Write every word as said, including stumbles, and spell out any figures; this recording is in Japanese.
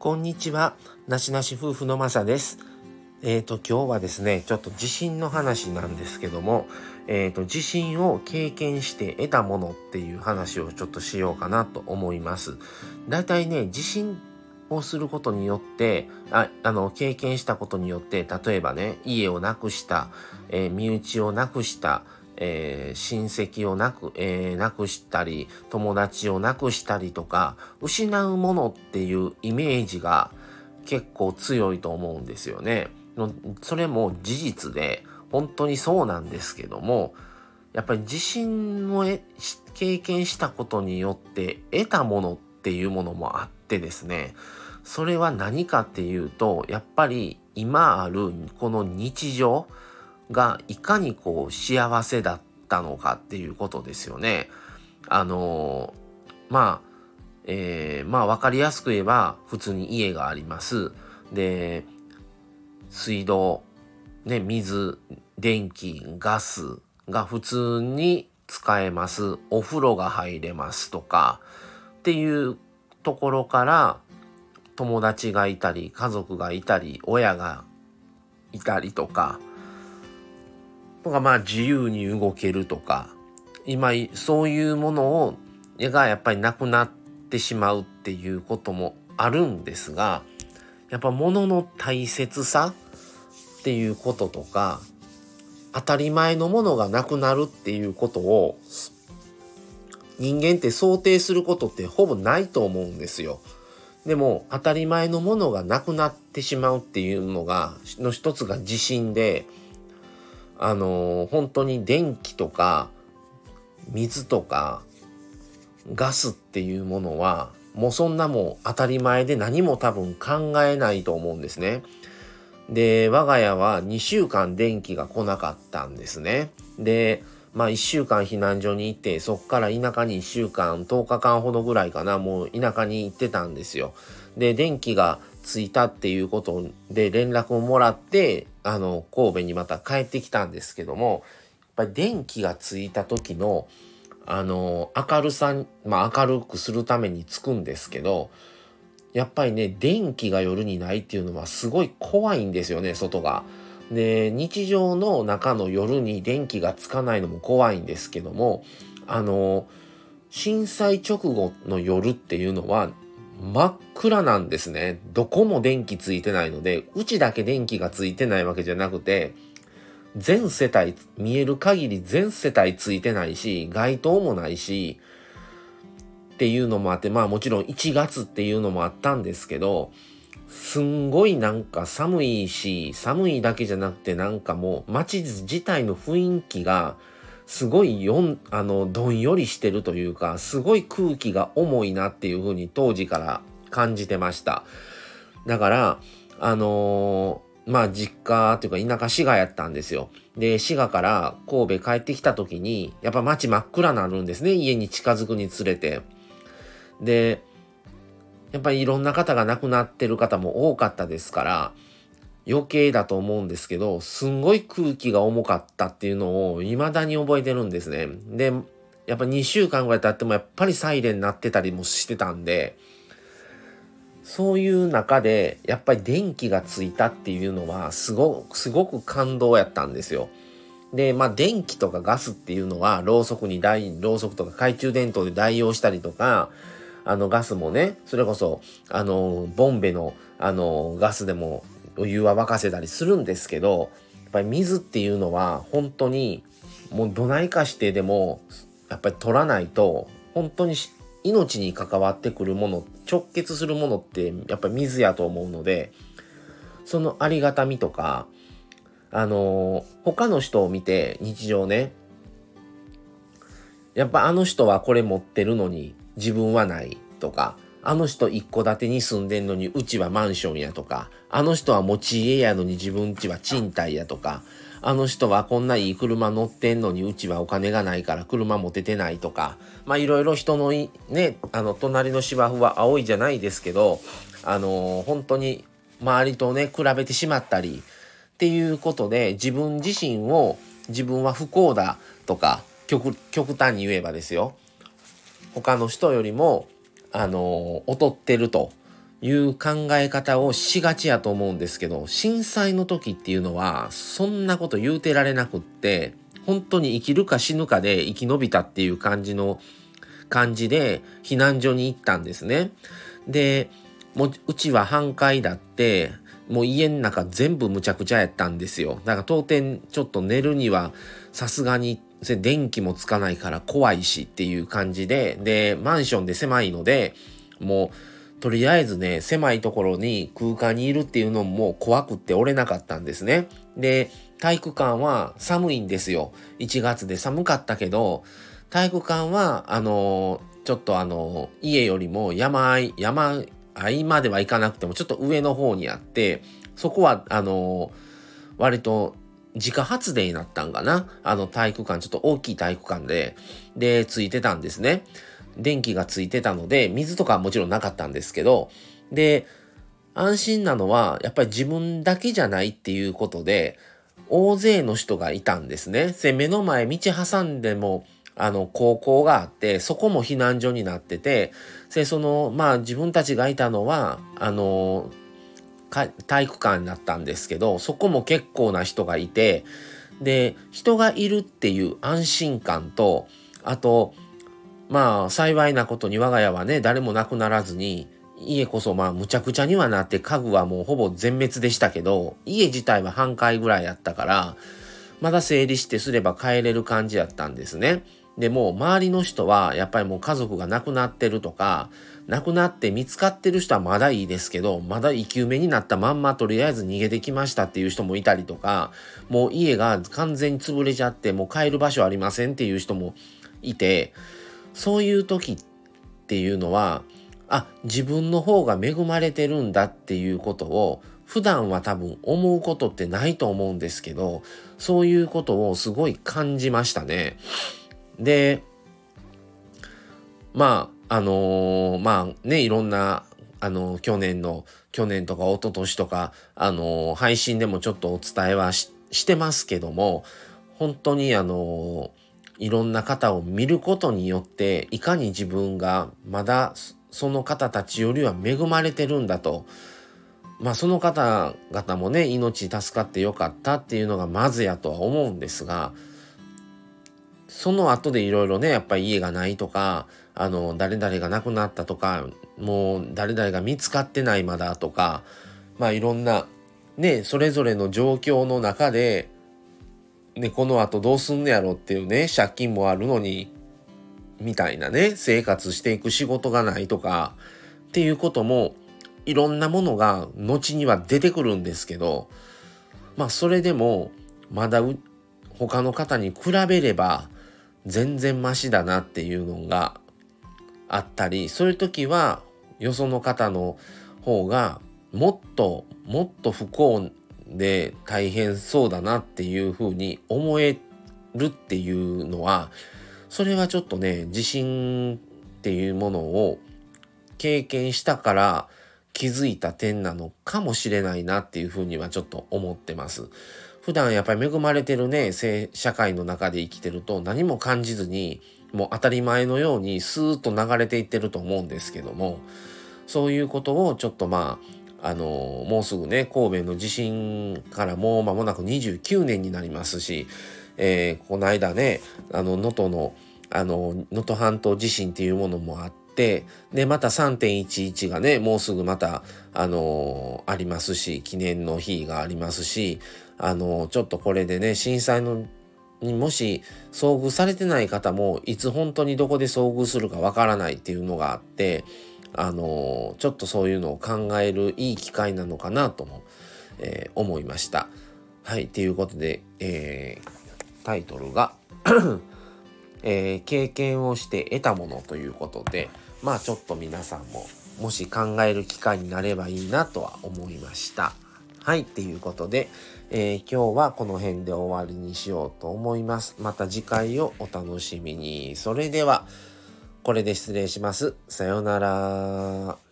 こんにちは、なしなし夫婦のまさです。えーと今日はですね、ちょっと地震の話なんですけども、えーと地震を経験して得たものっていう話をちょっとしようかなと思います。だいたいね、地震をすることによって、あ、あの経験したことによって、例えばね、家をなくした、えー身内をなくした。えー親戚をなく、えー、なくしたり、友達をなくしたりとか、失うものっていうイメージが結構強いと思うんですよね。のそれも事実で、本当にそうなんですけども、やっぱり地震をえし経験したことによって得たものっていうものもあってですね、それは何かっていうと、やっぱり今あるこの日常、がいかにこう幸せだったのかっていうことですよね。あのーまあ、えーまあ分かりやすく言えば普通に家があります。で、水道、ね、水、電気、ガスが普通に使えます。お風呂が入れますとかっていうところから、友達がいたり、家族がいたり、親がいたりとか、とかまあ自由に動けるとか、今そういうものをがやっぱりなくなってしまうっていうこともあるんですが、やっぱ物の大切さっていうこととか、当たり前のものがなくなるっていうことを人間って想定することってほぼないと思うんですよ。でも当たり前のものがなくなってしまうっていうのがの一つが地震で、あのー本当に電気とか水とかガスっていうものはもうそんなもん当たり前で何も多分考えないと思うんですね。で、我が家はにしゅうかん電気が来なかったんですね。で、まあいっしゅうかん避難所に行って、そっから田舎にいっしゅうかん、とおかかんほどぐらいかな、もう田舎に行ってたんですよ。で、電気がついたっていうことで連絡をもらって、あの、神戸にまた帰ってきたんですけども、やっぱり電気がついた時の、あの、明るさ、まあ明るくするためにつくんですけど、やっぱりね、電気が夜にないっていうのはすごい怖いんですよね、外が。で、日常の中の夜に電気がつかないのも怖いんですけども、あの、震災直後の夜っていうのは真っ暗なんですね。どこも電気ついてないので、うちだけ電気がついてないわけじゃなくて、全世帯、見える限り全世帯ついてないし、街灯もないし、っていうのもあって、まあもちろんいちがつっていうのもあったんですけど、すんごいなんか寒いし、寒いだけじゃなくてなんかもう街自体の雰囲気がすごいよん、あの、どんよりしてるというか、すごい空気が重いなっていう風に当時から感じてました。だから、あのーまあ実家っていうか田舎滋賀やったんですよ。で、滋賀から神戸帰ってきた時に、やっぱ街真っ暗になるんですね。家に近づくにつれて。で、やっぱりいろんな方が亡くなってる方も多かったですから余計だと思うんですけど、すんごい空気が重かったっていうのを未だに覚えてるんですね。で、やっぱにしゅうかんぐらい経ってもやっぱりサイレン鳴ってたりもしてたんで、そういう中でやっぱり電気がついたっていうのはすごくすごく感動やったんですよ。で、まあ電気とかガスっていうのはろうそくに代ろうそくとか懐中電灯で代用したりとか、あのガスもね、それこそあのボンベのあのガスでもお湯は沸かせたりするんですけど、やっぱり水っていうのは本当にもうどないかしてでもやっぱり取らないと本当に命に関わってくるもの、直結するものってやっぱり水やと思うので、そのありがたみとか、あの他の人を見て日常ね、やっぱあの人はこれ持ってるのに自分はないとか、あの人一戸建てに住んでんのにうちはマンションやとか、あの人は持ち家やのに自分家は賃貸やとか、あの人はこんないい車乗ってんのにうちはお金がないから車持ててないとか、まあいろいろ人のいね、あの隣の芝生は青いじゃないですけど、あのー本当に周りとね比べてしまったりっていうことで、自分自身を自分は不幸だとか、極極端に言えばですよ、他の人よりもあの劣ってるという考え方をしがちやと思うんですけど、震災の時っていうのはそんなこと言うてられなくって、本当に生きるか死ぬかで生き延びたっていう感じの感じで避難所に行ったんですね。で、もううちは半壊だって、もう家の中全部むちゃくちゃやったんですよ。だから当店ちょっと寝るにはさすがに電気もつかないから怖いしっていう感じで、でマンションで狭いので、もうとりあえずね、狭いところに空間にいるっていうのも怖くって折れなかったんですね。で、体育館は寒いんですよ。いちがつで寒かったけど、体育館は、あのー、ちょっとあのー、家よりも山あい、山あいまでは行かなくてもちょっと上の方にあって、そこは、あのー、割と自家発電になったんかな。あの体育館、ちょっと大きい体育館で、で、ついてたんですね。電気がついてたので、水とかはもちろんなかったんですけど、で、安心なのは、やっぱり自分だけじゃないっていうことで、大勢の人がいたんですね。で、目の前、道挟んでも、あの、高校があって、そこも避難所になってて、で、その、まあ、自分たちがいたのは、あの、体育館になったんですけど、そこも結構な人がいて、で、人がいるっていう安心感と、あと、まあ幸いなことに我が家はね、誰も亡くならずに、家こそまあむちゃくちゃにはなって、家具はもうほぼ全滅でしたけど、家自体は半壊ぐらいやったから、まだ整理してすれば帰れる感じだったんですね。でも周りの人はやっぱりもう家族が亡くなってるとか、亡くなって見つかってる人はまだいいですけど、まだ生き埋めになったまんまとりあえず逃げてきましたっていう人もいたりとか、もう家が完全に潰れちゃってもう帰る場所ありませんっていう人もいて、そういう時っていうのは、あ、自分の方が恵まれてるんだっていうことを普段は多分思うことってないと思うんですけど、そういうことをすごい感じましたね。で、まあ、あのーまあね、いろんな、あのー去年の、去年とか一昨年とか、あのー配信でもちょっとお伝えは し, してますけども、本当にあのーいろんな方を見ることによって、いかに自分がまだその方たちよりは恵まれてるんだと。まあその方々もね、命助かってよかったっていうのがまずやとは思うんですが、その後でいろいろね、やっぱり家がないとか、あの、誰々が亡くなったとか、もう誰々が見つかってないまだとか、まあいろんな、ね、それぞれの状況の中で、ね、この後どうすんのやろっていうね、借金もあるのに、みたいなね、生活していく仕事がないとか、っていうことも、いろんなものが後には出てくるんですけど、まあそれでも、まだ他の方に比べれば、全然マシだなっていうのがあったり、そういう時は、よその方の方が、もっともっと不幸で大変そうだなっていうふうに思えるっていうのは、それはちょっとね、自信っていうものを経験したから気づいた点なのかもしれないなっていうふうにはちょっと思ってます。普段やっぱり恵まれてるね、社会の中で生きてると何も感じずに、もう当たり前のようにスーッと流れていってると思うんですけども、そういうことをちょっとまあ、あのもうすぐね、神戸の地震からもう間もなくにじゅうきゅうねんになりますし、えー、この間ね、あの能登のあの能登半島地震っていうものもあって、でまた さんてんいちいち がね、もうすぐまたあのー、ありますし、記念の日がありますし、あのー、ちょっとこれでね、震災のにもし遭遇されてない方も、いつ本当にどこで遭遇するかわからないっていうのがあって、あのー、ちょっとそういうのを考えるいい機会なのかなとも、えー、思いました。はい、ということで、えー、タイトルが、えー、経験をして得たものということで、まあちょっと皆さんももし考える機会になればいいなとは思いました。はい、ということで、えー、今日はこの辺で終わりにしようと思います。また次回をお楽しみに。それでは、これで失礼します。さようなら。